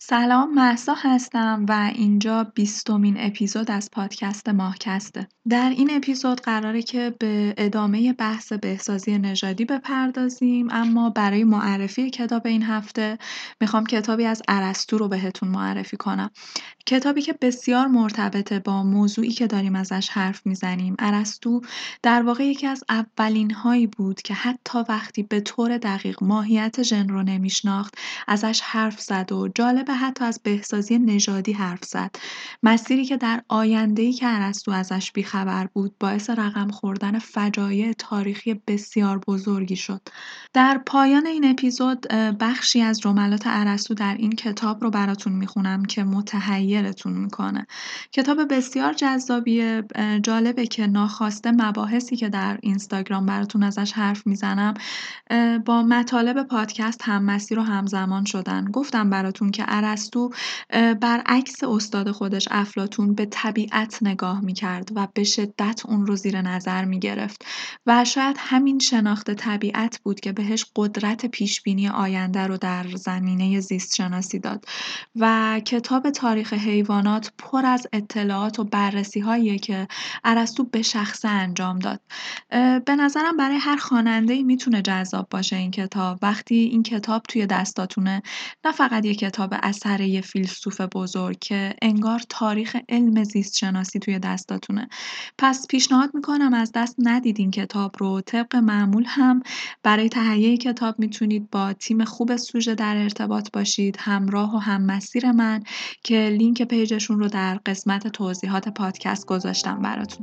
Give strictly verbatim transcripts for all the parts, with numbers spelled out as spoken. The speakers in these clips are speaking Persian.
سلام، مهسا هستم و اینجا بیستمین اپیزود از پادکست ماهکسته. در این اپیزود قراره که به ادامه بحث بهسازی نژادی بپردازیم، اما برای معرفی کتاب این هفته میخوام کتابی از ارسطو رو بهتون معرفی کنم. کتابی که بسیار مرتبطه با موضوعی که داریم ازش حرف میزنیم. ارسطو در واقع یکی از اولین هایی بود که حتی وقتی به طور دقیق ماهیت ژن رو نمیشناخت ازش حرف زد و جالب حتی از بهسازی نژادی حرف زد. مسیری که در آینده‌ای که ارسطو ازش بیخبر بود باعث رقم خوردن فجایع تاریخی بسیار بزرگی شد. در پایان این اپیزود بخشی از جملات ارسطو در این کتاب رو براتون میخونم که متحیرتون میکنه. کتاب بسیار جذابیه. جالبه که ناخواسته مباحثی که در اینستاگرام براتون ازش حرف میزنم با مطالب پادکست هم مسیر و همزمان شدن. گفتم براتون که ارسطو برعکس استاد خودش افلاطون به طبیعت نگاه میکرد و به شدت اون رو زیر نظر میگرفت و شاید همین شناخت طبیعت بود که بهش قدرت پیشبینی آینده رو در زمینه زیست شناسی داد و کتاب تاریخ حیوانات پر از اطلاعات و بررسی هاییه که ارسطو به شخصه انجام داد. به نظرم برای هر خواننده‌ای میتونه جذاب باشه این کتاب. وقتی این کتاب توی دستاتونه، نه فقط یه کتاب اثر یه فیلسوف بزرگ، که انگار تاریخ علم زیست شناسی توی دستاتونه. پس پیشنهاد میکنم از دست ندید این کتاب رو. طبق معمول هم برای تهیه کتاب میتونید با تیم خوب سوژه در ارتباط باشید، همراه و هم مسیر من، که لینک پیجشون رو در قسمت توضیحات پادکست گذاشتم براتون.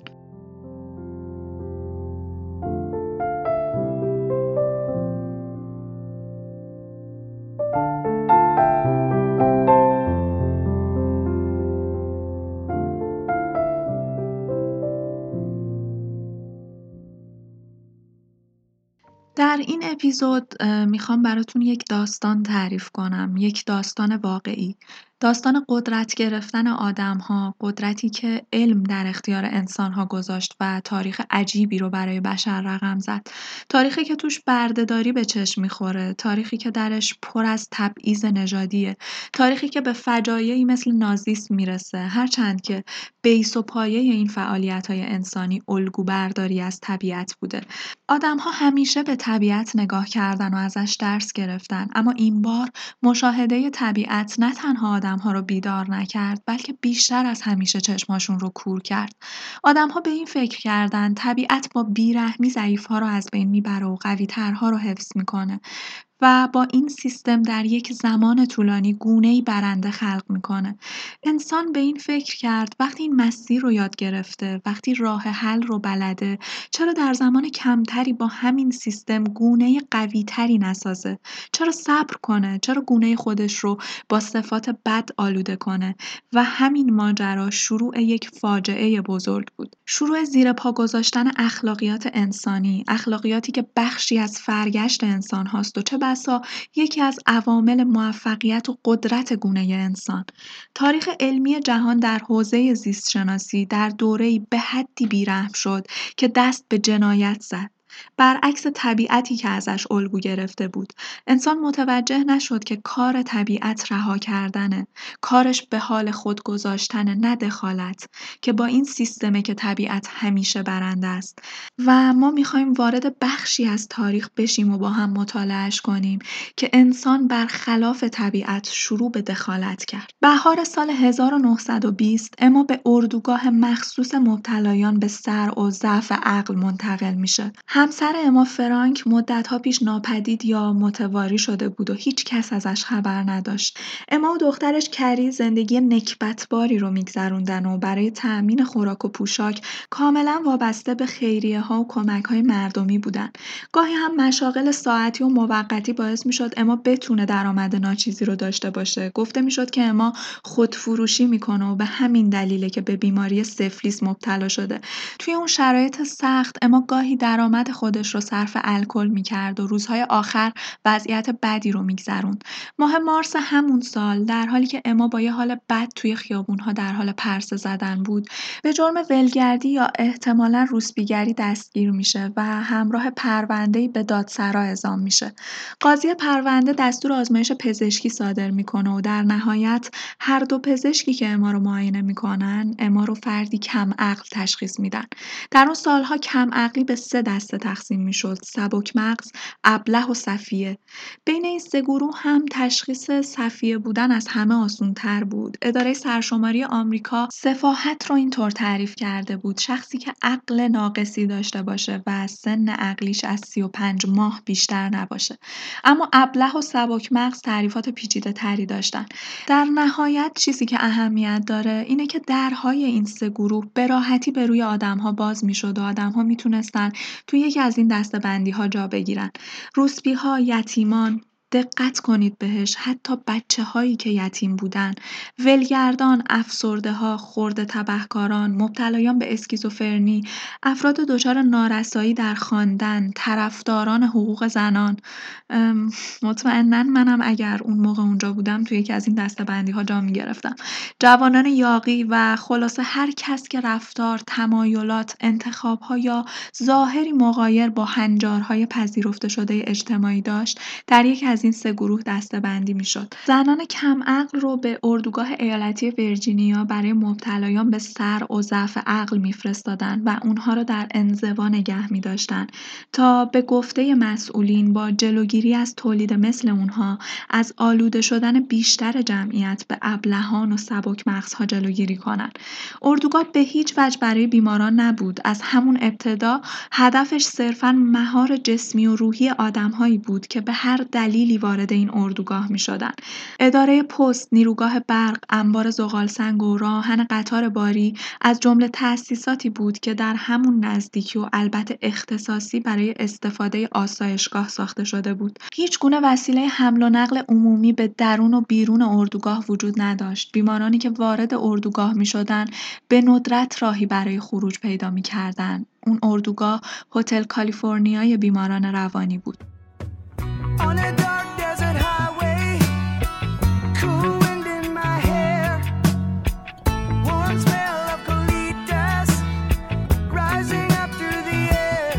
در این اپیزود میخوام براتون یک داستان تعریف کنم، یک داستان واقعی، داستان قدرت گرفتن آدم‌ها، قدرتی که علم در اختیار انسان‌ها گذاشت و تاریخ عجیبی رو برای بشر رقم زد. تاریخی که توش بردهداری به چشم میخوره، تاریخی که درش پر از تبعیض نژادیه، تاریخی که به فجایعی مثل نازیسم میرسه، هرچند که بیس و پایه این فعالیت‌های انسانی الگو برداری از طبیعت بوده. آدم‌ها همیشه به طبیعت نگاه کردن و ازش درس گرفتن، اما این بار مشاهده طبیعت نه تنها آدم‌ها رو بیدار نکرد، بلکه بیشتر از همیشه چشماشون رو کور کرد. آدم‌ها به این فکر کردن طبیعت با بیرحمی ضعیف‌ها رو از بین میبره و قوی‌ترها رو حفظ میکنه و با این سیستم در یک زمان طولانی گونه‌ای برنده خلق میکنه. انسان به این فکر کرد وقتی این مسیر رو یاد گرفته، وقتی راه حل رو بلده، چرا در زمان کمتری با همین سیستم گونه قوی‌تری نسازه؟ چرا صبر کنه؟ چرا گونه خودش رو با صفات بد آلوده کنه؟ و همین ماجرا شروع یک فاجعه بزرگ بود. شروع زیر پا گذاشتن اخلاقیات انسانی، اخلاقیاتی که بخشی از فرگشت انسان هاست و چه بسا یکی از عوامل موفقیت و قدرت گونه انسان. تاریخ علمی جهان در حوزه زیست شناسی در دوره‌ای به حدی بیرحم شد که دست به جنایت زد. برعکس طبیعتی که ازش الگو گرفته بود. انسان متوجه نشد که کار طبیعت رها کردنه، کارش به حال خود گذاشتن، نه دخالت، که با این سیستمه که طبیعت همیشه برنده است. و ما میخوایم وارد بخشی از تاریخ بشیم و با هم مطالعهش کنیم که انسان برخلاف طبیعت شروع به دخالت کرد. بهار سال هزار و نهصد و بیست اما به اردوگاه مخصوص مبتلایان به صرع و ضعف عقل منتقل میشه. همسر اما فرانک مدت‌ها پیش ناپدید یا متواری شده بود و هیچ کس ازش خبر نداشت. اما و دخترش کری زندگی نکبتباری رو میگذروندن و برای تأمین خوراک و پوشاک کاملا وابسته به خیریه‌ها و کمک‌های مردمی بودن. گاهی هم مشاغل ساعتی و موقتی باعث میشد اما بتونه درآمد ناچیزی رو داشته باشه. گفته میشد که اما خودفروشی میکنه و به همین دلیله که به بیماری سفلیس مبتلا شده. توی اون شرایط سخت اما گاهی درآمد خودش رو صرف الکل می‌کرد و روزهای آخر وضعیت بدی رو می‌گذروند. ماه مارس همون سال در حالی که اما با یه حال بد توی خیابون‌ها در حال پرسه زدن بود، به جرم ولگردی یا احتمالاً روسپیگری دستگیر میشه و همراه پرونده‌ای به دادسرا اعزام میشه. قاضی پرونده دستور آزمایش پزشکی صادر میکنه و در نهایت هر دو پزشکی که اما رو معاینه میکنن اما رو فردی کم عقل تشخیص میدن. در اون سالها کم عقلی به سه دسته تقسیم میشد: سبک مغز، ابله و صفیه. بین این سه گروه هم تشخیص صفیه بودن از همه آسان‌تر بود. اداره سرشماری آمریکا سفاحت رو اینطور تعریف کرده بود: شخصی که عقل ناقصی داشته باشه و سن عقلیش از سی و پنج ماه بیشتر نباشه. اما ابله و سبک مغز تعریفات پیچیده تری داشتن. در نهایت چیزی که اهمیت داره اینه که درهای این سه گروه به راحتی به روی آدم‌ها باز می‌شد و آدم‌ها میتونستن توی یکی از این دسته‌بندی‌ها جا بگیرن. روسپی‌ها، یتیمان، دقت کنید بهش، حتی بچه‌هایی که یتیم بودن، ولگردان، افسرده‌ها، خرده تبهکاران، مبتلایان به اسکیزوفرنی، افراد دچار نارسایی در خواندن، طرفداران حقوق زنان. ام، مطمئناً منم اگر اون موقع اونجا بودم توی یکی از این دسته‌بندی‌ها جا می‌گرفتم. جوانان یاغی و خلاصه هر کس که رفتار، تمایلات، انتخاب‌ها یا ظاهری مغایر با هنجارهای پذیرفته شده اجتماعی داشت، در یکی از این سه گروه دسته‌بندی می‌شد. زنان کم عقل رو به اردوگاه ایالتی ویرجینیا برای مبتلایان به سر و ضعف عقل می‌فرستادن و اونها رو در انزوا نگه می‌داشتن تا به گفته مسئولین با جلوگیری از تولید مثل اونها از آلوده شدن بیشتر جمعیت به ابلهان و سبک مغزها جلوگیری کنن. اردوگاه به هیچ وجه برای بیماران نبود. از همون ابتدا هدفش صرفاً مهار جسمی و روحی آدم‌هایی بود که به هر دلیلی وارد این اردوگاه می‌شدن. اداره پست، نیروگاه برق، انبار زغالسنگ و راهن قطار باری از جمله تأسیساتی بود که در همون نزدیکی و البته اختصاصی برای استفاده آسایشگاه ساخته شده بود. هیچ گونه وسیله حمل و نقل عمومی به درون و بیرون اردوگاه وجود نداشت. بیمارانی که وارد اردوگاه می‌شدند به ندرت راهی برای خروج پیدا می‌کردند. اون اردوگاه هتل کالیفرنیای بیماران روانی بود. On a dark desert highway, cool wind in my hair, warm smell of colitas rising up through the air.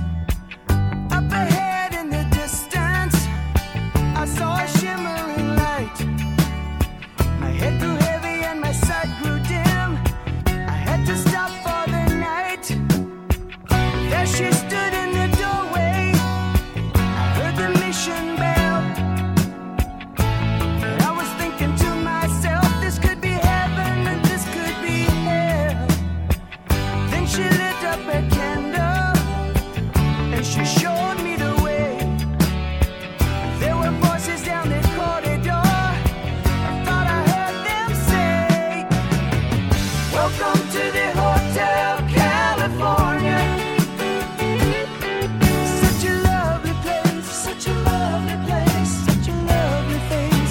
Up ahead in the distance, I saw a shimmering light. My head grew heavy and my sight grew dim. I had to stop for the night. There she stood in the doorway. I heard the mission bell. And I was thinking to myself, this could be heaven and this could be hell. Then she lit up a candle and she showed me the way. There were voices down the corridor. I thought I heard them say, welcome to the Hotel California. Such a lovely place, such a lovely place, such a lovely face.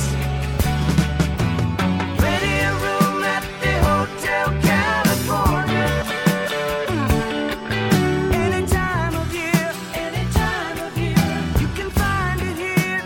Ready a room at the Hotel California. Any time of year, any time of year, you can find it here.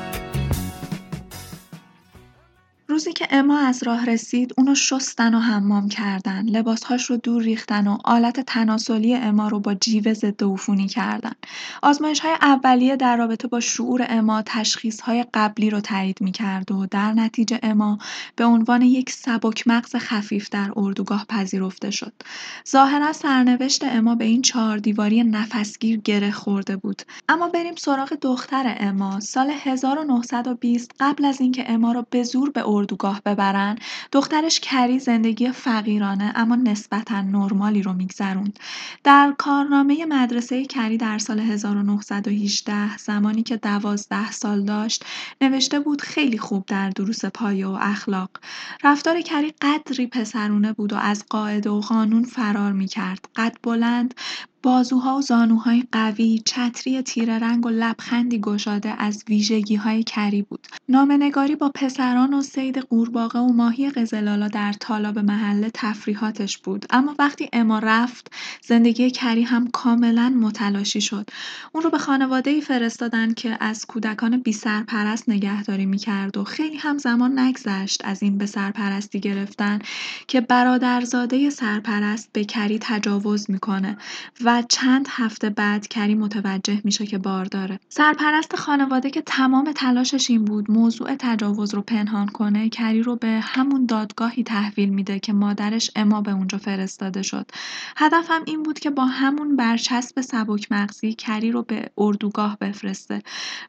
روزی که اما از راه رسید اونو شستن و حمام کردن، لباسهاش رو دور ریختن و آلت تناسلی اما رو با جیوه ضد عفونی کردن. آزمایش‌های اولیه در رابطه با شعور اما تشخیص‌های قبلی رو تایید می‌کرد و در نتیجه اما به عنوان یک سبک مغز خفیف در اردوگاه پذیرفته شد. ظاهرا سرنوشت اما به این چهار دیواری نفسگیر گره خورده بود. اما بریم سراغ دختر اما. سال هزار و نهصد و بیست قبل از اینکه اما رو به زور به اردوگاه ببرن، دخترش کری زندگی فقیرانه اما نسبتاً نرمالی رو میگذروند. در کارنامه مدرسه کری در سال هزار و نهصد و هجده زمانی که دوازده سال داشت نوشته بود خیلی خوب در دروس پایه و اخلاق. رفتار کری قدری پسرونه بود و از قاعده و قانون فرار میکرد. قد بلند، بازوها و زانوهای قوی، چتری تیره رنگ و لبخندی گشاده از ویژگی‌های کری بود. نامه‌نگاری با پسران و صید قورباغه و ماهی قزل‌آلا در تالاب محله تفریحاتش بود، اما وقتی اما رفت، زندگی کری هم کاملاً متلاشی شد. اون رو به خانواده‌ای فرستادن که از کودکان بی‌سرپرست نگهداری می‌کرد و خیلی هم زمان نگذشت از این به سرپرستی گرفتن که برادرزاده سرپرست به کری تجاوز میکنه و چند هفته بعد کری متوجه میشه که بارداره. سرپرست خانواده که تمام تلاشش این بود موضوع تجاوز رو پنهان کنه، کری رو به همون دادگاهی تحویل میده که مادرش اما به اونجا فرستاده شد. هدفم این بود که با همون برچسب سبک مغزی کری رو به اردوگاه بفرسته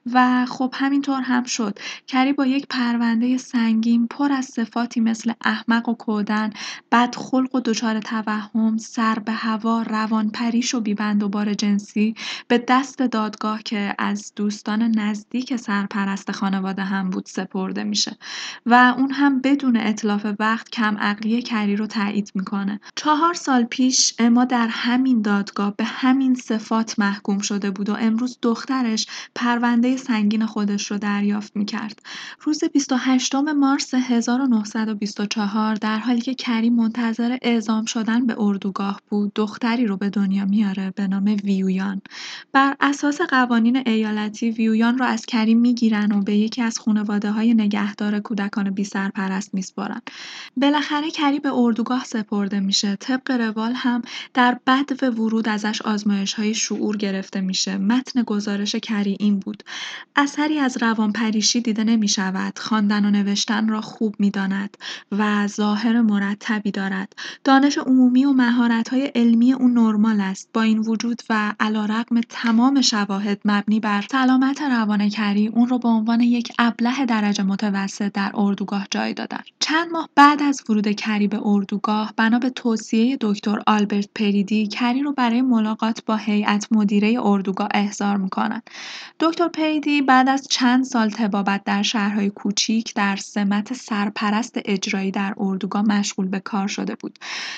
و خب همینطور هم شد. کری با یک پرونده سنگین پر از صفاتی مثل احمق و کودن، بدخلق و دچار توهم، سر به هوا، روانپریش و بیبند و بار جنسی به دست دادگاه که از دوستان نزدیک سرپرست خانواده هم بود سپرده میشه و اون هم بدون اتلاف وقت کم عقلی کری رو تایید میکنه. چهار سال پیش اما در همین دادگاه به همین صفات محکوم شده بود و امروز دخترش پرونده سنگین خودش رو دریافت میکرد. روز بیست و هشتم مارس هزار و نهصد و بیست و چهار در حالی که کری منتظر اعزام شدن به اردوگاه بود، دختری رو به دنیا میاره به نام ویویان. بر اساس قوانین ایالتی ویویان رو از کری میگیرن و به یکی از خانواده‌های نگهدار کودکان بی‌سرپرست میسپارن. بالاخره کری به اردوگاه سپرده میشه. طبق روال هم در بدو ورود ازش آزمایش‌های شعور گرفته میشه. متن گزارش کری این بود: اثری از روانپریشی دیده نمی‌شود. خواندن و نوشتن را خوب می‌داند و ظاهر مرتبی دارد. دانش عمومی و مهارت‌های علمی او نرمال است. با این وجود و علی‌رغم تمام شواهد مبنی بر سلامت روان کری، اون رو به عنوان یک ابله درجه متوسط در اردوگاه جای دادن. چند ماه بعد از ورود کری به اردوگاه، بنا به توصیه دکتر آلبرت پریدی، کری رو برای ملاقات با هیئت مدیره اردوگاه احضار می‌کنند. دکتر پریدی بعد از چند سال طبابت در شهرهای کوچیک در سمت سرپرست اجرایی در اردوگاه مشغول به کار شده بود.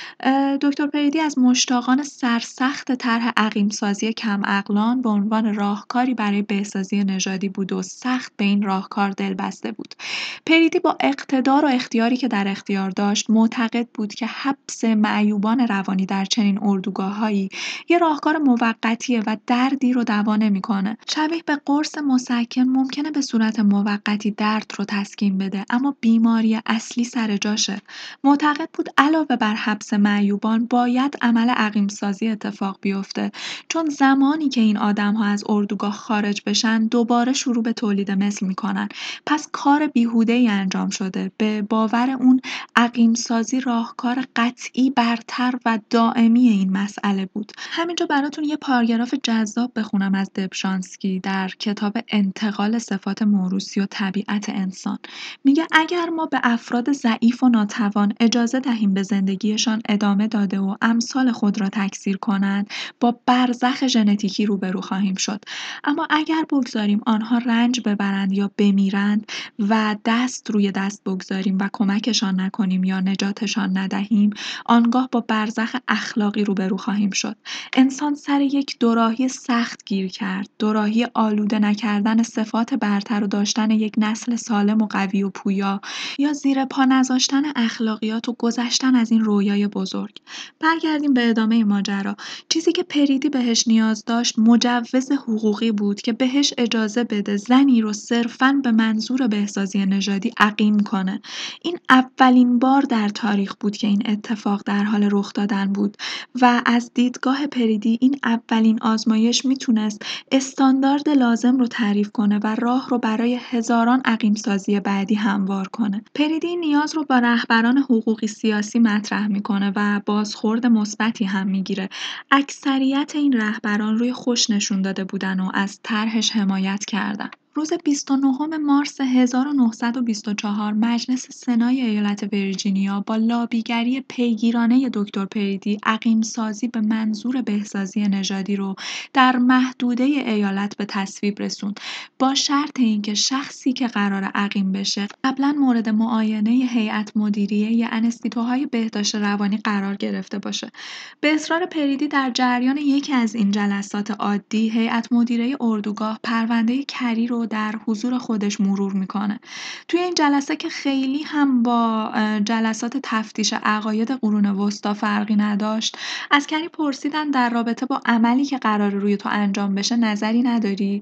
دکتر پریدی از مشتاقان سرسخت طرح عقیم‌سازی کم‌عقلان به عنوان راهکاری برای بهسازی نژادی بود و سخت به این راهکار دلبسته بود. پریدی با اقتدار و اختیاری که در اختیار داشت معتقد بود که حبس معیوبان روانی در چنین اردوگاه‌هایی یه راهکار موقتیه و دردی رو دوا نمی‌کنه. شبیه به قرص مسکن ممکنه به صورت موقتی درد رو تسکین بده، اما بیماری اصلی سر جاشه. معتقد بود علاوه بر حبس معیوبان باید عمل عقیم‌سازی اتفاق بیفته، چون زمانی که این آدم‌ها از اردوگاه خارج بشن دوباره شروع به تولید مثل می‌کنن. پس کار بیهوده‌ای انجام شده. به باور اون عقیم‌سازی راهکار قطعی برتر و دائمی این مسئله بود. همینجا براتون یه پاراگراف جذاب بخونم از دبشانسکی در کتاب انتقال صفات موروثی و طبیعت انسان. میگه اگر ما به افراد ضعیف و ناتوان اجازه دهیم به زندگیشان ادامه داده و امثال خود را تکثیر کنند، با برزخ ژنتیکی روبرو خواهیم شد. اما اگر بگذاریم آنها رنج ببرند یا بمیرند و دست روی دست بگذاریم و کمکشان نکنیم یا نجاتشان ندهیم، آنگاه با برزخ اخلاقی روبرو خواهیم شد. انسان سر یک دوراهی سخت گیر کرد. دوراهی آلوده نکردن صفات برتر و داشتن یک نسل سالم و قوی و پویا، یا زیر پا نذاشتن اخلاقیات و گذشتن از این رویای بزرگ. برگردیم به ادامه ماجرا. چیزی که پریدی بهش نیاز داشت مجوز حقوقی بود که بهش اجازه بده زنی رو صرفاً به منظور بهسازی نژادی عقیم کنه. این اولین بار در تاریخ بود که این اتفاق در حال رخ دادن بود و از دیدگاه پریدی این اولین آزمایش میتونست استاندارد لازم رو تعریف کنه و راه رو برای هزاران عقیم‌سازی بعدی هموار کنه. پریدی نیاز رو با رهبران حقوقی سیاسی مطرح میکنه و بازخورد مثبتی هم میگیره. اکثریت این رهبران روی خوش نشون داده بودن و از طرحش حمایت کردن. روز بیست و نهم مارس هزار و نهصد و بیست و چهار مجلس سنای ایالت ویرجینیا با لابیگری پیگیرانه دکتر پریدی عقیم‌سازی به منظور بهسازی نژادی رو در محدوده ایالت به تصویب رسوند با شرط اینکه شخصی که قرار عقیم بشه قبلا مورد معاینه هیئت مدیریه انستیتوهای بهداشت روانی قرار گرفته باشه. به اصرار پریدی در جریان یکی از این جلسات عادی هیئت مدیره اردوگاه پرونده کری رو در حضور خودش مرور میکنه. توی این جلسه که خیلی هم با جلسات تفتیش عقاید قرون وسطا فرقی نداشت، از کری پرسیدن در رابطه با عملی که قرار روی تو انجام بشه نظری نداری؟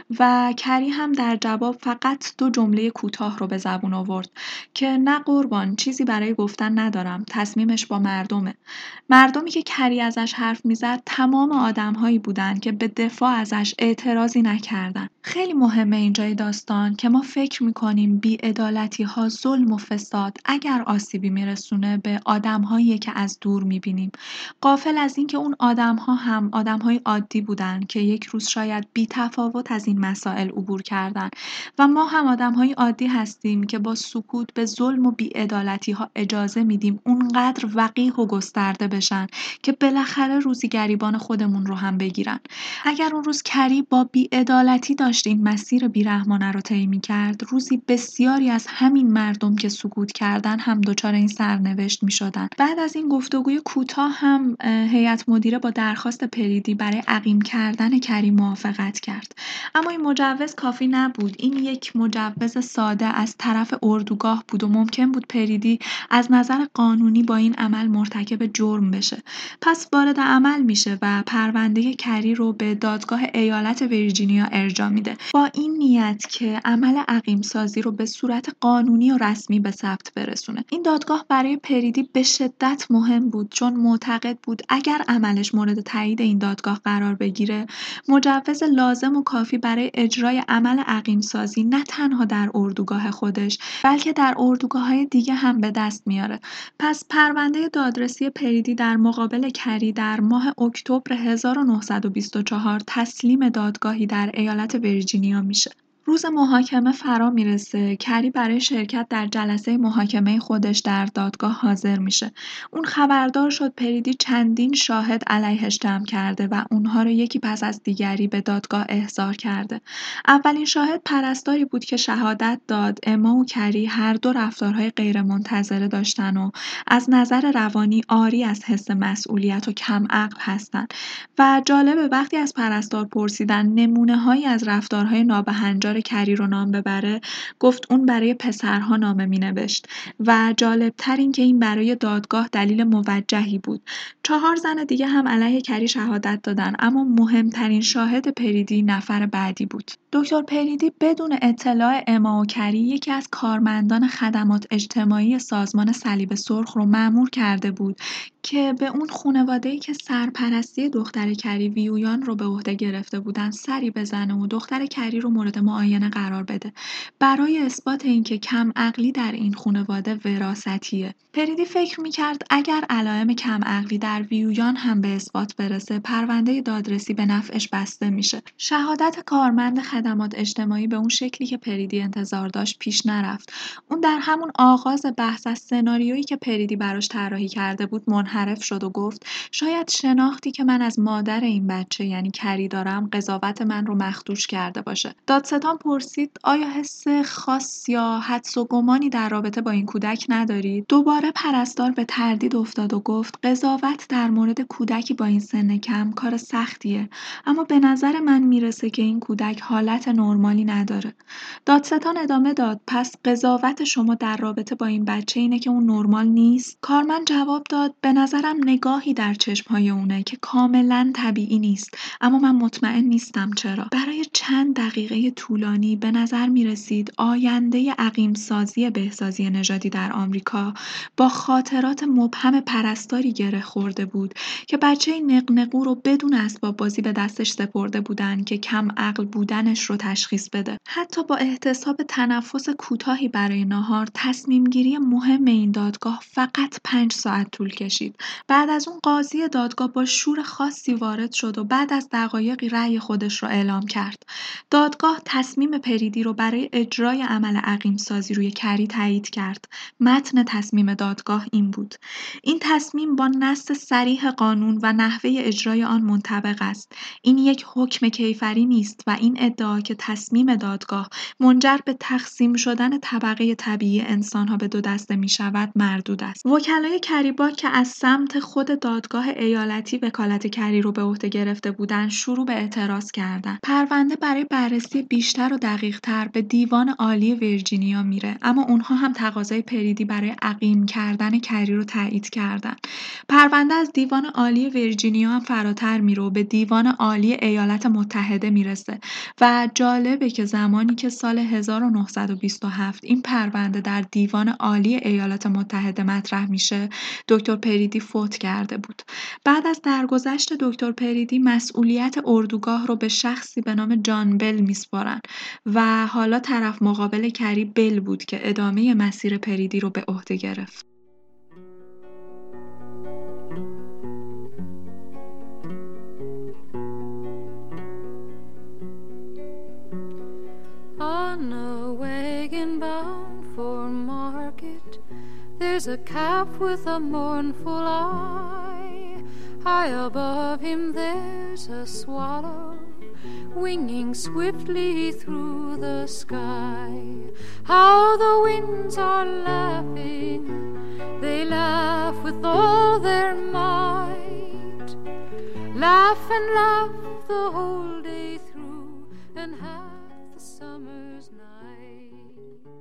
و کری هم در جواب فقط دو جمله کوتاه رو به زبون آورد که نه قربان، چیزی برای گفتن ندارم، تصمیمش با مردمه. مردمی که کری ازش حرف میزد تمام آدم‌هایی بودن که به دفاع ازش اعتراضی نکردن. خیلی مهمه اینجای داستان که ما فکر میکنیم بی‌عدالتی‌ها، ظلم و فساد اگر آسیبی میرسونه به آدم‌هایی که از دور میبینیم، غافل از این که اون آدم‌ها هم آدم‌های عادی بودن که یک روز شاید بی‌تفاوت از این مسائل عبور کردن و ما هم آدم‌های عادی هستیم که با سکوت به ظلم و بی‌عدالتی‌ها اجازه میدیم اونقدر وقیح و گسترده بشن که بالاخره روزی گریبان خودمون رو هم بگیرن. اگر اون روز کری با بی‌عدالتی داشت این مسیر بیرحمانه رو طی می‌کرد، روزی بسیاری از همین مردم که سکوت کردن هم دچار این سرنوشت می‌شدن. بعد از این گفتگوی کوتاه هم هیئت مدیره با درخواست پریدی برای عقیم کردن کری موافقت کرد. اما این مجوز کافی نبود. این یک مجوز ساده از طرف اردوگاه بود و ممکن بود پریدی از نظر قانونی با این عمل مرتکب جرم بشه. پس وارد عمل میشه و پرونده کری رو به دادگاه ایالت ویرجینیا ارجاع میده با این نیت که عمل عقیم سازی رو به صورت قانونی و رسمی به ثبت برسونه. این دادگاه برای پریدی به شدت مهم بود چون معتقد بود اگر عملش مورد تایید این دادگاه قرار بگیره، مجوز لازم و کافی برای اجرای عمل عقیم سازی نه تنها در اردوگاه خودش بلکه در اردوگاه‌های دیگه هم به دست میاره. پس پرونده دادرسی پریدی در مقابل کری در ماه اکتبر هزار و نهصد و بیست و چهار تسلیم دادگاهی در ایالت ویرجینیا میشه. روز محاکمه فرا میرسه. کری برای شرکت در جلسه محاکمه خودش در دادگاه حاضر میشه. اون خبردار شد پریدی چندین شاهد علیهش جمع کرده و اونها رو یکی پس از دیگری به دادگاه احضار کرده. اولین شاهد پرستاری بود که شهادت داد اما و کری هر دو رفتارهای غیرمنتظره داشتن و از نظر روانی عاری از حس مسئولیت و کم عقل هستن. و جالبه وقتی از پرستار پرسیدن نمونه هایی از رفتارهای نابهنجار کری رو نام ببره، گفت اون برای پسرها نامه می نوشت و جالبتر این که این برای دادگاه دلیل موجهی بود. چهار زن دیگه هم علیه کری شهادت دادن اما مهمترین شاهد پریدی نفر بعدی بود. دکتر پریدی بدون اطلاع اما و کری یکی از کارمندان خدمات اجتماعی سازمان صلیب سرخ رو مأمور کرده بود که به اون خانواده‌ای که سرپرستی دختر کری ویویان رو به عهده گرفته بودن سری بزنه و دختر کری رو مورد معاینه قرار بده برای اثبات اینکه کم عقلی در این خانواده وراثتیه. پریدی فکر می‌کرد اگر علائم کم عقلی در ویویان هم به اثبات برسه پرونده دادرسی به نفعش بسته میشه. شهادت کارمند خدمات اجتماعی به اون شکلی که پریدی انتظار داشت پیش نرفت. اون در همون آغاز بحث از سناریویی که پریدی براش طراحی کرده بود منحرف شد و گفت شاید شناختی که من از مادر این بچه یعنی کری دارم قضاوت من رو مخدوش کرده باشه. دادستان پرسید آیا حس خاص یا حدس و گمانی در رابطه با این کودک نداری؟ دوباره پرستار به تردید افتاد و گفت قضاوت در مورد کودکی با این سن کم کار سختیه، اما به نظر من میرسه که این کودک حالت نرمالی نداره. دادستان ادامه داد پس قضاوت شما در رابطه با این بچه اینه که اون نرمال نیست؟ کارمند جواب داد به نظرم نگاهی در چشم‌های اونه که کاملا طبیعی نیست، اما من مطمئن نیستم چرا. برای چند دقیقه طولانی به نظر می رسید آینده عقیم سازی بهسازی نژادی در آمریکا با خاطرات مبهم پرستاری گره خورده بود که بچه نقنقو رو بدون اسباب بازی به دستش سپرده بودن که کم عقل بودنش ژنش رو تشخیص بده. حتی با احتساب تنفس کوتاهی برای ناهار، تصمیم‌گیری مهم این دادگاه فقط پنج ساعت طول کشید. بعد از اون قاضی دادگاه با شور خاصی وارد شد و بعد از دقایقی رأی خودش رو اعلام کرد. دادگاه تصمیم پریدی رو برای اجرای عمل عقیم‌سازی روی کری تایید کرد. متن تصمیم دادگاه این بود: این تصمیم با نص صریح قانون و نحوه اجرای آن منطبق است. این یک حکم کیفری نیست و این ادعا که تصمیم دادگاه منجر به تقسیم شدن طبقه طبیعی انسان‌ها به دو دسته می‌شود مردود است. وکلای کریبا که از سمت خود دادگاه ایالتی وکالت کری رو به عهده گرفته بودند، شروع به اعتراض کردند. پرونده برای بررسی بیشتر و دقیق‌تر به دیوان عالی ویرجینیا میره، اما اونها هم تقاضای پریدی برای عقیم کردن کری رو تایید کردن. پرونده از دیوان عالی ویرجینیا هم فراتر میره و به دیوان عالی ایالات متحده میرسه و جالبه که زمانی که سال هزار و نهصد و بیست و هفت این پرونده در دیوان عالی ایالات متحده مطرح میشه، دکتر پریدی فوت کرده بود. بعد از درگذشت دکتر پریدی مسئولیت اردوگاه رو به شخصی به نام جان بل میسپارن و حالا طرف مقابل کری بل بود که ادامه مسیر پریدی رو به عهده گرفت. On a wagon bound for market, there's a calf with a mournful eye. High above him there's a swallow winging swiftly through the sky. How the winds are laughing, they laugh with all their might. Laugh and laugh the whole day through and half the summer's night.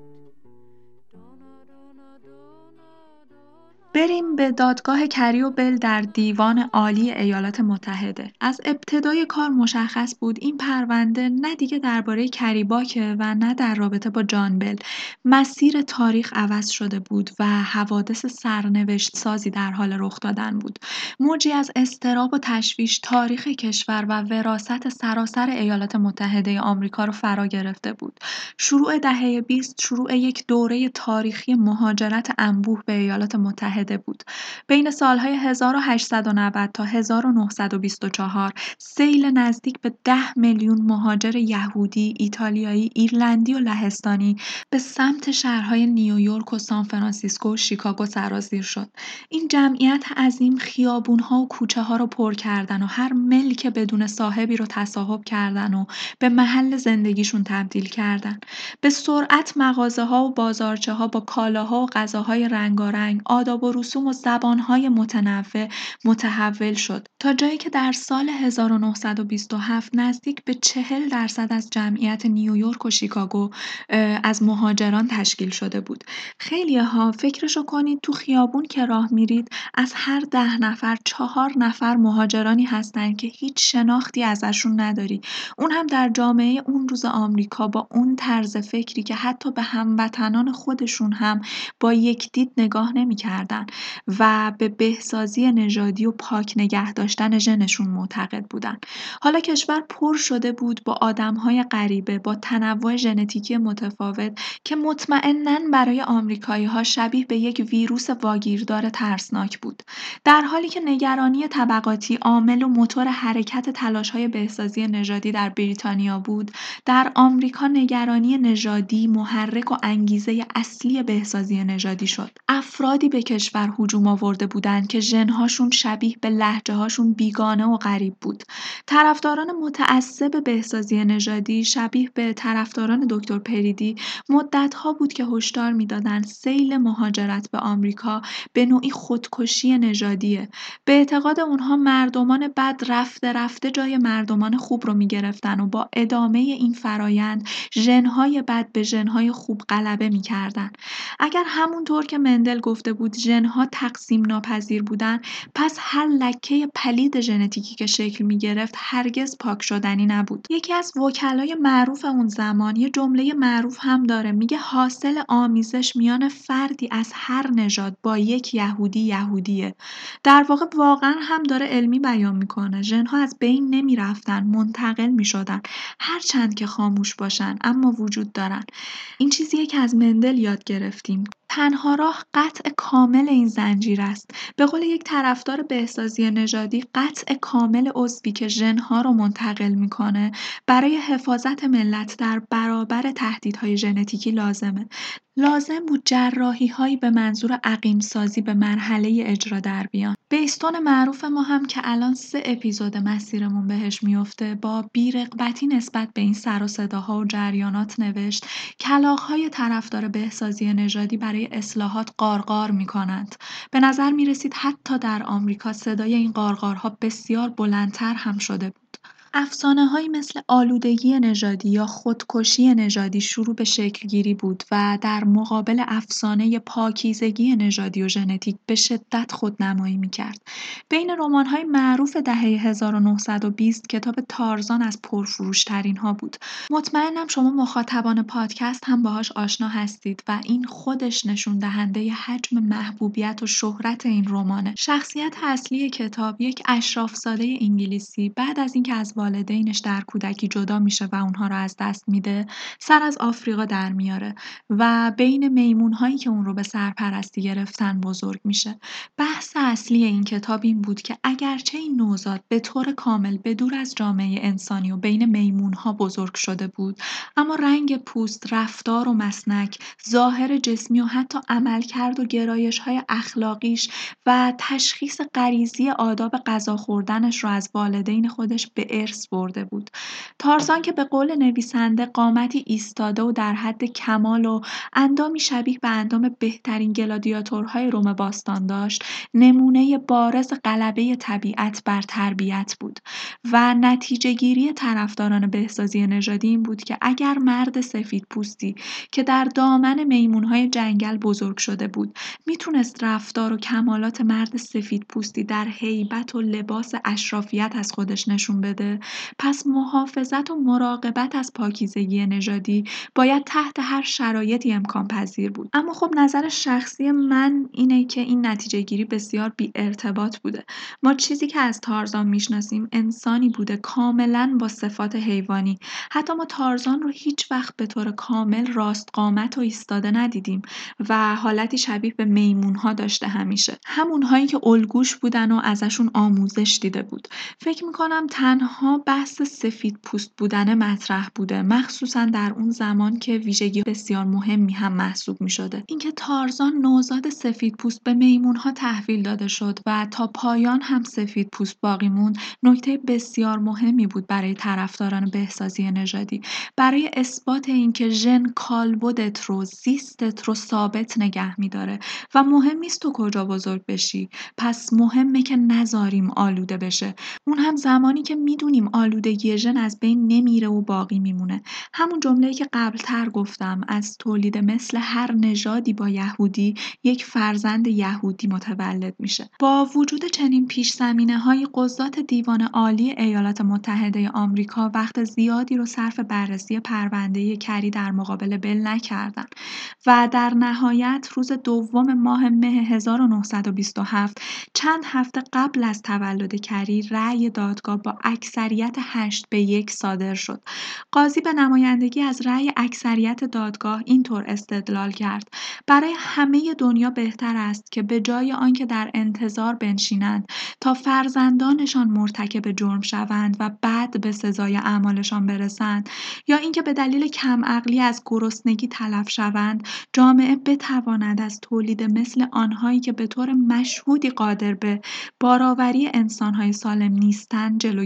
Donna, Donna, Donna, Donna. بریم به دادگاه کری و بل در دیوان عالی ایالات متحده. از ابتدای کار مشخص بود این پرونده نه دیگه درباره کری باکه و نه در رابطه با جان بل. مسیر تاریخ عوض شده بود و حوادث سرنوشت سازی در حال رخ دادن بود. موجی از اضطراب و تشویش تاریخ کشور و وراثت سراسر ایالات متحده آمریکا رو فرا گرفته بود. شروع دهه بیست شروع یک دوره تاریخی مهاجرت انبوه به ایالات متحده بود. بین سالهای هزار و هشتصد و نود تا هزار و نهصد و بیست و چهار سیل نزدیک به ده میلیون مهاجر یهودی، ایتالیایی، ایرلندی و لهستانی به سمت شهرهای نیویورک و سانفرانسیسکو و شیکاگو سرازیر شد. این جمعیت عظیم خیابون‌ها و کوچه‌ها رو پر کردن و هر ملک بدون صاحبی رو تصاحب کردن و به محل زندگیشون تبدیل کردن. به سرعت مغازه‌ها و بازارچه‌ها با کالاها و غذاهای رنگارنگ، آداب و رسوم و زبان‌های متنوع متحول شد تا جایی که در سال هزار و نهصد و بیست و هفت نزدیک به چهل درصد از جمعیت نیویورک و شیکاگو از مهاجران تشکیل شده بود. خیلی‌ها فکرشو کنید تو خیابون که راه میرید از هر ده نفر چهار نفر مهاجرانی هستن که هیچ شناختی ازشون نداری. اون هم در جامعه اون روز آمریکا با اون طرز فکری که حتی به هموطنان خودشون هم با یک دید نگاه نمی‌کردن و به بهسازی نژادی و پاک نگه داشتن ژنشون معتقد بودن. حالا کشور پر شده بود با آدم‌های غریبه با تنوع ژنتیکی متفاوت که مطمئناً برای آمریکایی‌ها شبیه به یک ویروس واگیردار ترسناک بود. در حالی که نگرانی طبقاتی عامل و موتور حرکت تلاش‌های بهسازی نژادی در بریتانیا بود، در آمریکا نگرانی نژادی محرک و انگیزه اصلی بهسازی نژادی شد. افرادی به کشور هجوم آورده بودند که ژن‌هاشون شبیه به لهجه‌هاشون بیگانه و غریب بود. طرفداران متعصب بهسازی نژادی شبیه به طرفداران دکتر پریدی مدت‌ها بود که هشدار می‌دادند سیل مهاجرت به آمریکا به نوعی خودکشی نژادیه. به اعتقاد اونها مردمان بد رفته رفته جای مردمان خوب رو می‌گرفتن و با ادامه این فرایند ژن‌های بد به ژن‌های خوب غلبه می‌کردن. اگر همونطور که مندل گفته بود ژن ژن‌ها تقسیم ناپذیر بودن، پس هر لکه پلید ژنتیکی که شکل می‌گرفت هرگز پاک شدنی نبود. یکی از وکلای معروف اون زمان یه جمله معروف هم داره، میگه حاصل آمیزش میان فردی از هر نژاد با یک یهودی یهودیه. در واقع واقعا هم داره علمی بیان میکنه. ژن‌ها از بین نمیرفتن، منتقل میشدن، هر چند که خاموش باشن اما وجود دارن. این چیزیه که از مندل یاد گرفتیم. تنها راه قطع کامل این زنجیر است. به قول یک طرفدار بهسازی نژادی، قطع کامل عضوی که ژن‌ها رو منتقل میکنه برای حفاظت ملت در برابر تهدیدهای ژنتیکی لازمه. لازم بود جراحی‌هایی به منظور عقیم‌سازی به مرحله اجرا در بیان. بیستون معروف ما هم که الان سه اپیزود مسیرمون بهش میفته با بی‌رغبتی نسبت به این سر و صداها و جریانات نوشت کلاغ‌های طرفدار بهسازی نژادی برای اصلاحات قارقار می‌کنند. به نظر می‌رسید حتی در آمریکا صدای این قارقارها بسیار بلندتر هم شده بود. افسانه‌هایی مثل آلودگی نژادی یا خودکشی نژادی شروع به شکل‌گیری بود و در مقابل افسانه پاکیزگی نژادی و ژنتیک به شدت خودنمایی می‌کرد. بین رمان‌های معروف دهه هزار و نهصد و بیست کتاب تارزان از پرفروش‌ترین‌ها بود. مطمئنم شما مخاطبان پادکست هم باهاش آشنا هستید و این خودش نشون دهنده حجم محبوبیت و شهرت این رمانه. شخصیت اصلی کتاب یک اشراف‌زاده انگلیسی بعد از اینکه از والدینش در کودکی جدا میشه و اونها رو از دست میده، سر از آفریقا در میاره و بین میمون‌هایی که اون رو به سرپرستی گرفتن بزرگ میشه. بحث اصلی این کتاب این بود که اگرچه این نوزاد به طور کامل به دور از جامعه انسانی و بین میمون‌ها بزرگ شده بود، اما رنگ پوست، رفتار و مسلک، ظاهر جسمی و حتی عملکرد و گرایش‌های اخلاقیش و تشخیص غریزی آداب غذا خوردنش رو از والدین خودش به ارث برده بود. تارزان که به قول نویسنده قامتی ایستاده و در حد کمال و اندامی شبیه به اندام بهترین گلادیاتورهای روم باستان داشت، نمونه بارز غلبه طبیعت بر تربیت بود و نتیجه گیری طرفداران بهسازی نژادی این بود که اگر مرد سفید پوستی که در دامن میمونهای جنگل بزرگ شده بود میتونست رفتار و کمالات مرد سفید پوستی در هیبت و لباس اشرافیت از خودش نشون بده، پس محافظت و مراقبت از پاکیزگی نژادی باید تحت هر شرایطی امکان پذیر بود. اما خب نظر شخصی من اینه که این نتیجه گیری بسیار بی ارتباط بوده. ما چیزی که از تارزان میشناسیم انسانی بوده کاملا با صفات حیوانی. حتی ما تارزان رو هیچ وقت به طور کامل راست قامت و ایستاده ندیدیم و حالتی شبیه به میمون‌ها داشته همیشه. همون‌هایی که الگوش بودن و ازشون آموزش دیده بود. فکر می‌کنم تنها بحث سفید پوست بودن مطرح بوده، مخصوصا در اون زمان که ویژگی بسیار مهمی هم محسوب می‌شده. اینکه تارزان نوزاد سفید پوست به میمون‌ها تحویل داده شد و تا پایان هم سفید پوست باقی موند، نکته بسیار مهمی بود برای طرفداران بهسازی نژادی. برای اثبات اینکه ژن کالبدت رو، زیستت رو ثابت نگه می‌داره و مهم نیست تو کجا بزرگ بشی، پس مهمه که نذاریم آلوده بشه. اون هم زمانی که میدونیم آلودگی ژن از بین نمیره و باقی میمونه. همون جمله‌ای که قبلتر گفتم، از تولید مثل هر نژادی با یهودی یک فرزند یهودی متولد میشه. با وجود چنین پیش زمینه‌های قضات دیوان عالی ایالات متحده آمریکا وقت زیادی رو صرف بررسی پرونده کری در مقابل بل نکردن و در نهایت روز دوم ماه مه هزار و نهصد و بیست و هفت چند هفته قبل از تولد کری رأی دادگاه با اکثریت هشت به یک صادر شد. قاضی به نمایندگی از رأی اکثریت دادگاه اینطور استدلال کرد: برای همه دنیا بهتر است که به جای آنکه در انتظار بنشینند تا فرزندانشان مرتکب جرم شوند و بعد به سزای اعمالشان برسند، یا اینکه به دلیل کم عقلی از گرسنگی تلف شوند، جامعه بتواند از تولید مثل آنهایی که به طور مشهودی قادر به بارآوری انسان‌های سالم نیستند جلوگیری کند.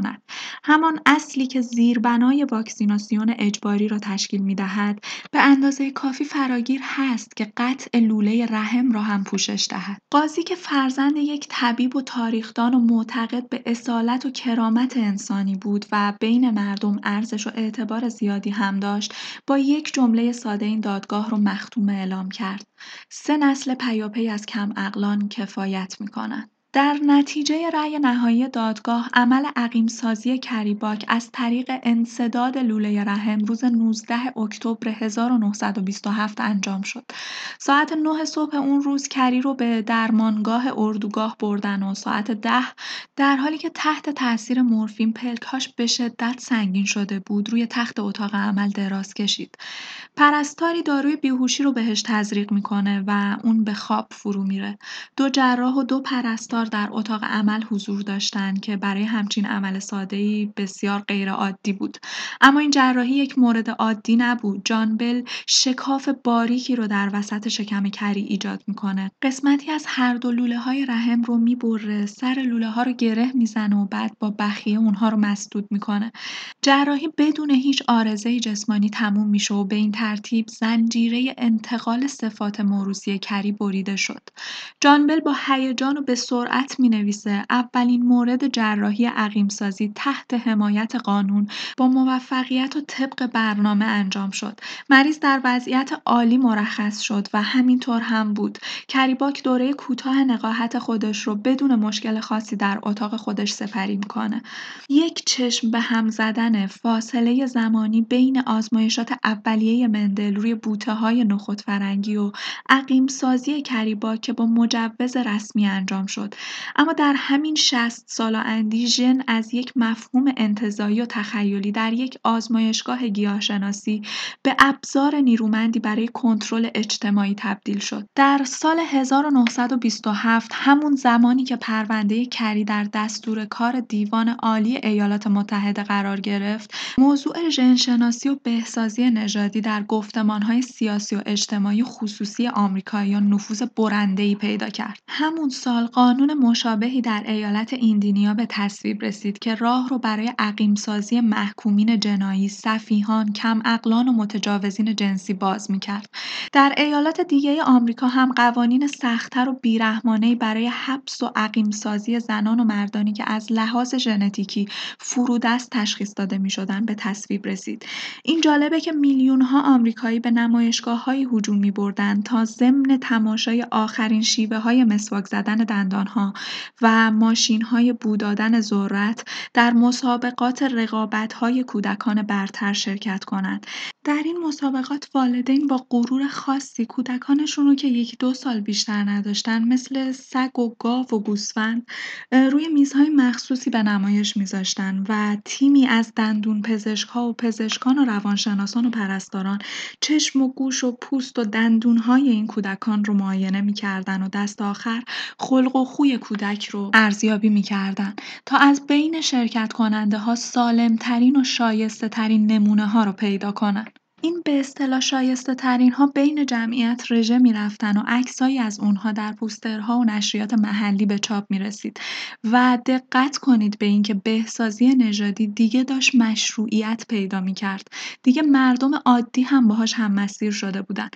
کند. همان اصلی که زیربنای واکسیناسیون اجباری را تشکیل می‌دهد، به اندازه کافی فراگیر هست که قطع لوله رحم را هم پوشش دهد. قاضی که فرزند یک طبیب و تاریخدان و معتقد به اصالت و کرامت انسانی بود و بین مردم ارزش و اعتبار زیادی هم داشت، با یک جمله ساده این دادگاه را مختومه اعلام کرد: سه نسل پیاپی از کم عقلان کفایت می‌کنند. در نتیجه رأی نهایی دادگاه، عمل عقیم‌سازی کریباک از طریق انسداد لوله رحم روز نوزدهم اکتبر هزار و نهصد و بیست و هفت انجام شد. ساعت نه صبح اون روز کری رو به درمانگاه اردوگاه بردن و ساعت ده در حالی که تحت تاثیر مورفین پلکاش به شدت سنگین شده بود روی تخت اتاق عمل دراز کشید. پرستاری داروی بیهوشی رو بهش تزریق میکنه و اون به خواب فرو میره. دو جراح و دو پرستار در اتاق عمل حضور داشتن که برای همچین عمل ساده‌ای بسیار غیر عادی بود. اما این جراحی یک مورد عادی نبود. جان بل شکاف باریکی رو در وسط شکم کری ایجاد میکنه. قسمتی از هر دو لوله های رحم رو میبره، سر لوله ها رو گره میزنه و بعد با بخیه اونها رو مسدود میکنه. جراحی بدون هیچ عارضه جسمانی تموم میشه و به این ترتیب زنجیره انتقال صفات موروثی کری بریده شد. جان بل با هیجان و به سرعت مینویسه: اولین مورد جراحی عقیم‌سازی تحت حمایت قانون با موفقیت و طبق برنامه انجام شد. مریض در وضعیت عالی مرخص شد و همینطور هم بود. کریباک دوره کوتاه نقاهت خودش رو بدون مشکل خاصی در اتاق خودش سپری میکنه. یک چشم به هم زدن فاصله زمانی بین آزمایشات اولیه مندل روی بوته‌های نخود فرنگی و عقیم‌سازی کریباک که با مجوز رسمی انجام شد. اما در همین شصت سال اندی ژن از یک مفهوم انتزاعی و تخیلی در یک آزمایشگاه گیاهشناسی به ابزار نیرومندی برای کنترل اجتماعی تبدیل شد. در سال هزار و نهصد و بیست و هفت، همون زمانی که پرونده کری در دستور کار دیوان عالی ایالات متحده قرار گرفت، موضوع ژن‌شناسی و بهسازی نژادی در گفتمان‌های سیاسی و اجتماعی خصوصی آمریکاییان نفوذ برنده‌ای پیدا کرد. همون سال قانون مشابهی در ایالت ایندیانا به تصویب رسید که راه رو برای عقیم‌سازی محکومین جنایی، سفیهان، کم عقلان و متجاوزین جنسی باز می‌کرد. در ایالات دیگه آمریکا هم قوانین سخت‌تر و بیرحمانه‌ای برای حبس و عقیم‌سازی زنان و مردانی که از لحاظ ژنتیکی فرودست تشخیص داده می‌شدند به تصویب رسید. این جالبه که میلیون‌ها آمریکایی به نمایشگاه‌هایی هجوم می‌بردند تا ضمن تماشای آخرین شیوه‌های مسواک زدن دندان‌ها و ماشین‌های بو دادن ذرت در مسابقات رقابت‌های کودکان برتر شرکت کنند. در این مسابقات والدین با غرور خاصی کودکانشون رو که یک دو سال بیشتر نداشتن مثل سگ و گاو و گوسفند روی میزهای مخصوصی به نمایش میذاشتن و تیمی از دندون پزشک‌ها و پزشکان و روانشناسان و پرستاران چشم و گوش و پوست و دندون‌های این کودکان رو معاینه می‌کردن و دست آخر خلق و خوی کودک رو ارزیابی می‌کردن تا از بین شرکت کننده ها سالم‌ترین و شایسته ترین نمونه ها رو پیدا کنن. این به اصطلاح شایسته ترین ها بین جمعیت رژه می رفتن و عکسایی از اونها در پوسترها و نشریات محلی به چاپ می رسید و دقت کنید به این که بهسازی نژادی دیگه داشت مشروعیت پیدا می کرد. دیگه مردم عادی هم باهاش هم مسیر شده بودن.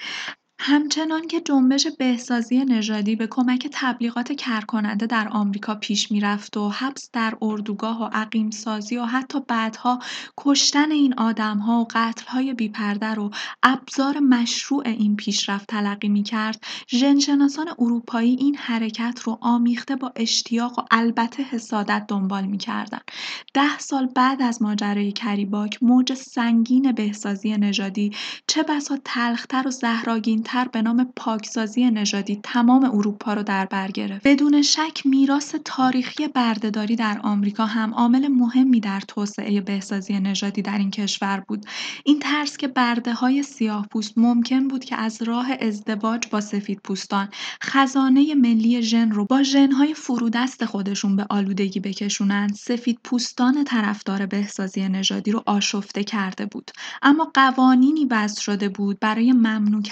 همچنان که جنبش بهسازی نژادی به کمک تبلیغات کرکننده در آمریکا پیش می‌رفت و حبس در اردوگاه و عقیم‌سازی و حتی بعدها کشتن این آدم‌ها و قتل‌های بی‌پرده رو ابزار مشروع این پیشرفت تلقی می‌کرد، ژن‌شناسان اروپایی این حرکت رو آمیخته با اشتیاق و البته حسادت دنبال می‌کردند. ده سال بعد از ماجرای کریباک، موج سنگین بهسازی نژادی چه بسا تلخ‌تر و زهرآگین‌تر به نام پاکسازی نژادی تمام اروپا رو در بر گرفت. بدون شک میراث تاریخی بردهداری در آمریکا هم عامل مهمی در توسعه بهسازی نژادی در این کشور بود. این ترس که برده‌های سیاه‌پوست ممکن بود که از راه ازدواج با سفیدپوستان خزانه ملی ژن رو با ژن‌های فرودست خودشون به آلودگی بکشونن، سفیدپوستان طرفدار بهسازی نژادی رو آشفته کرده بود. اما قوانینی وضع شده بود برای ممنوع کردن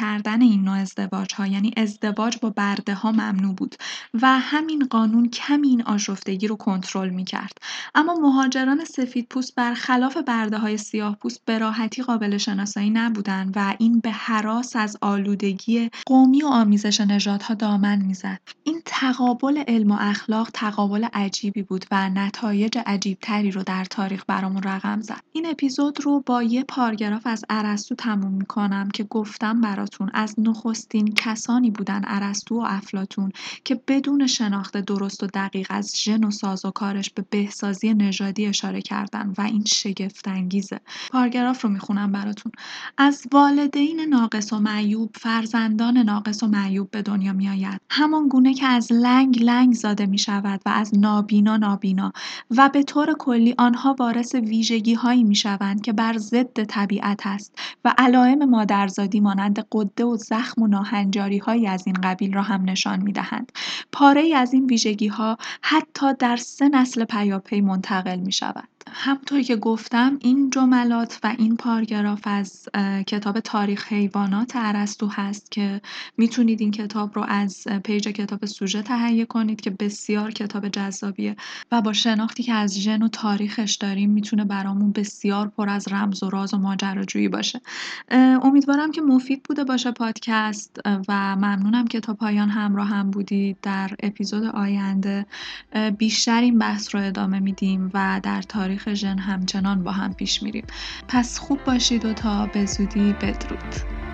این نوع ازدواج ها، یعنی ازدواج با برده ها ممنوع بود و همین قانون کمی این آشفتگی رو کنترل میکرد. اما مهاجران سفید پوست برخلاف برده های سیاه پوست به راحتی قابل شناسایی نبودن و این به هراس از آلودگی قومی و آمیزش نژادها دامن میزد. این تقابل علم و اخلاق تقابل عجیبی بود و نتایج عجیبتری رو در تاریخ برامون رقم زد. این اپیزود رو با یه پاراگراف از ارسطو تموم میکنم که گفتم براتون از نخستین کسانی بودن ارسطو و افلاطون که بدون شناخت درست و دقیق از ژن و سازوکارش به بهسازی نژادی اشاره کردن و این شگفت انگیزه. پاراگراف رو میخونم براتون. از والدین ناقص و معیوب فرزندان ناقص و معیوب به دنیا میآید، همان گونه که از لنگ لنگ زاده می شود و از نابینا نابینا و به طور کلی آنها وارث ویژگی هایی می شوند که بر ضد طبیعت است و علائم مادرزادی مانند غده و زخم و ناهنجاری هایی از این قبیل را هم نشان می دهند. پاره ای از این ویژگی ها حتی در سه نسل پیاپی منتقل می شود. همونطوری که گفتم این جملات و این پاراگراف از کتاب تاریخ حیوانات ارسطو هست که میتونید این کتاب رو از پیج کتاب سوژه تهیه کنید که بسیار کتاب جذابیه و با شناختی که از ژن و تاریخش داریم میتونه برامون بسیار پر از رمز و راز و ماجراجویی باشه. امیدوارم که مفید بوده باشه پادکست و ممنونم که تا پایان همراه هم بودید. در اپیزود آینده بیشتر این بحث رو ادامه میدیم و در تاریخ ژن همچنان با هم پیش میریم. پس خوب باشید و تا به زودی بدرود.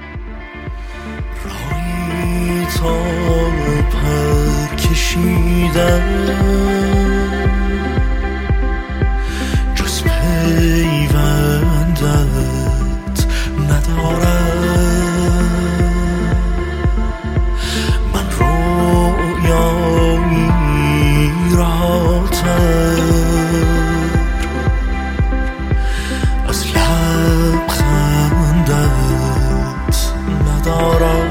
راهی تا پر کشیدم جز پیوندت ندارم، من رویایی راتر از لبخندت ندارم.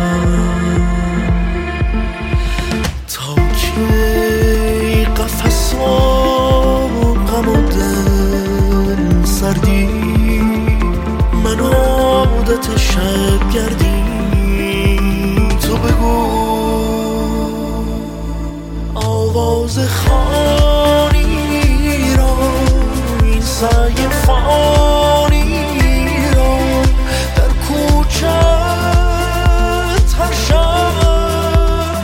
تا کی قفص و غم و دل سردی، من عادت شب گردی، تو بگو آواز خانی را، این سعی فانی را در کوچت هر شب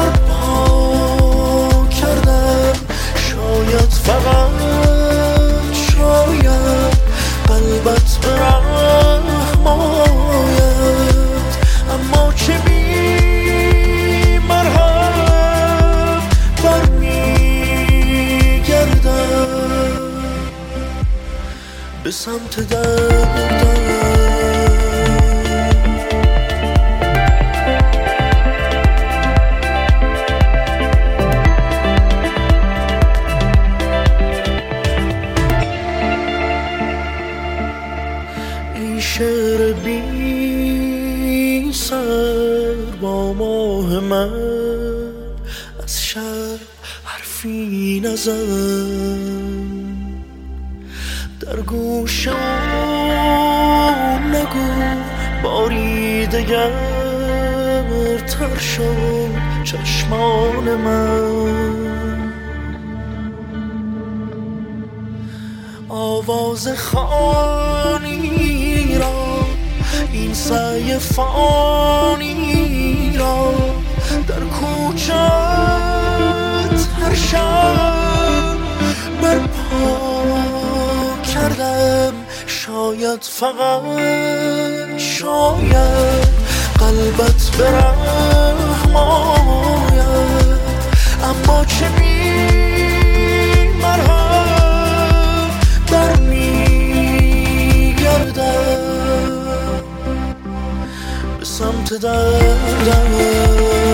برپا کردم. شاید فقط شاید قلبت به رحم آید، اما چه بی مرهم برمیگردم به سمت دردم. ای شعر بی سر با ماه من، از شب حرفی نزن، در گوشم نگو باری دگر تر شد چشمان من. آواز خانی را، این سعی فانی را در کوچت هر شب برپا کردم. شاید فقط شاید قلبت به رحم آید، اما چه بی مرهم برمیگردم به سمت دردم.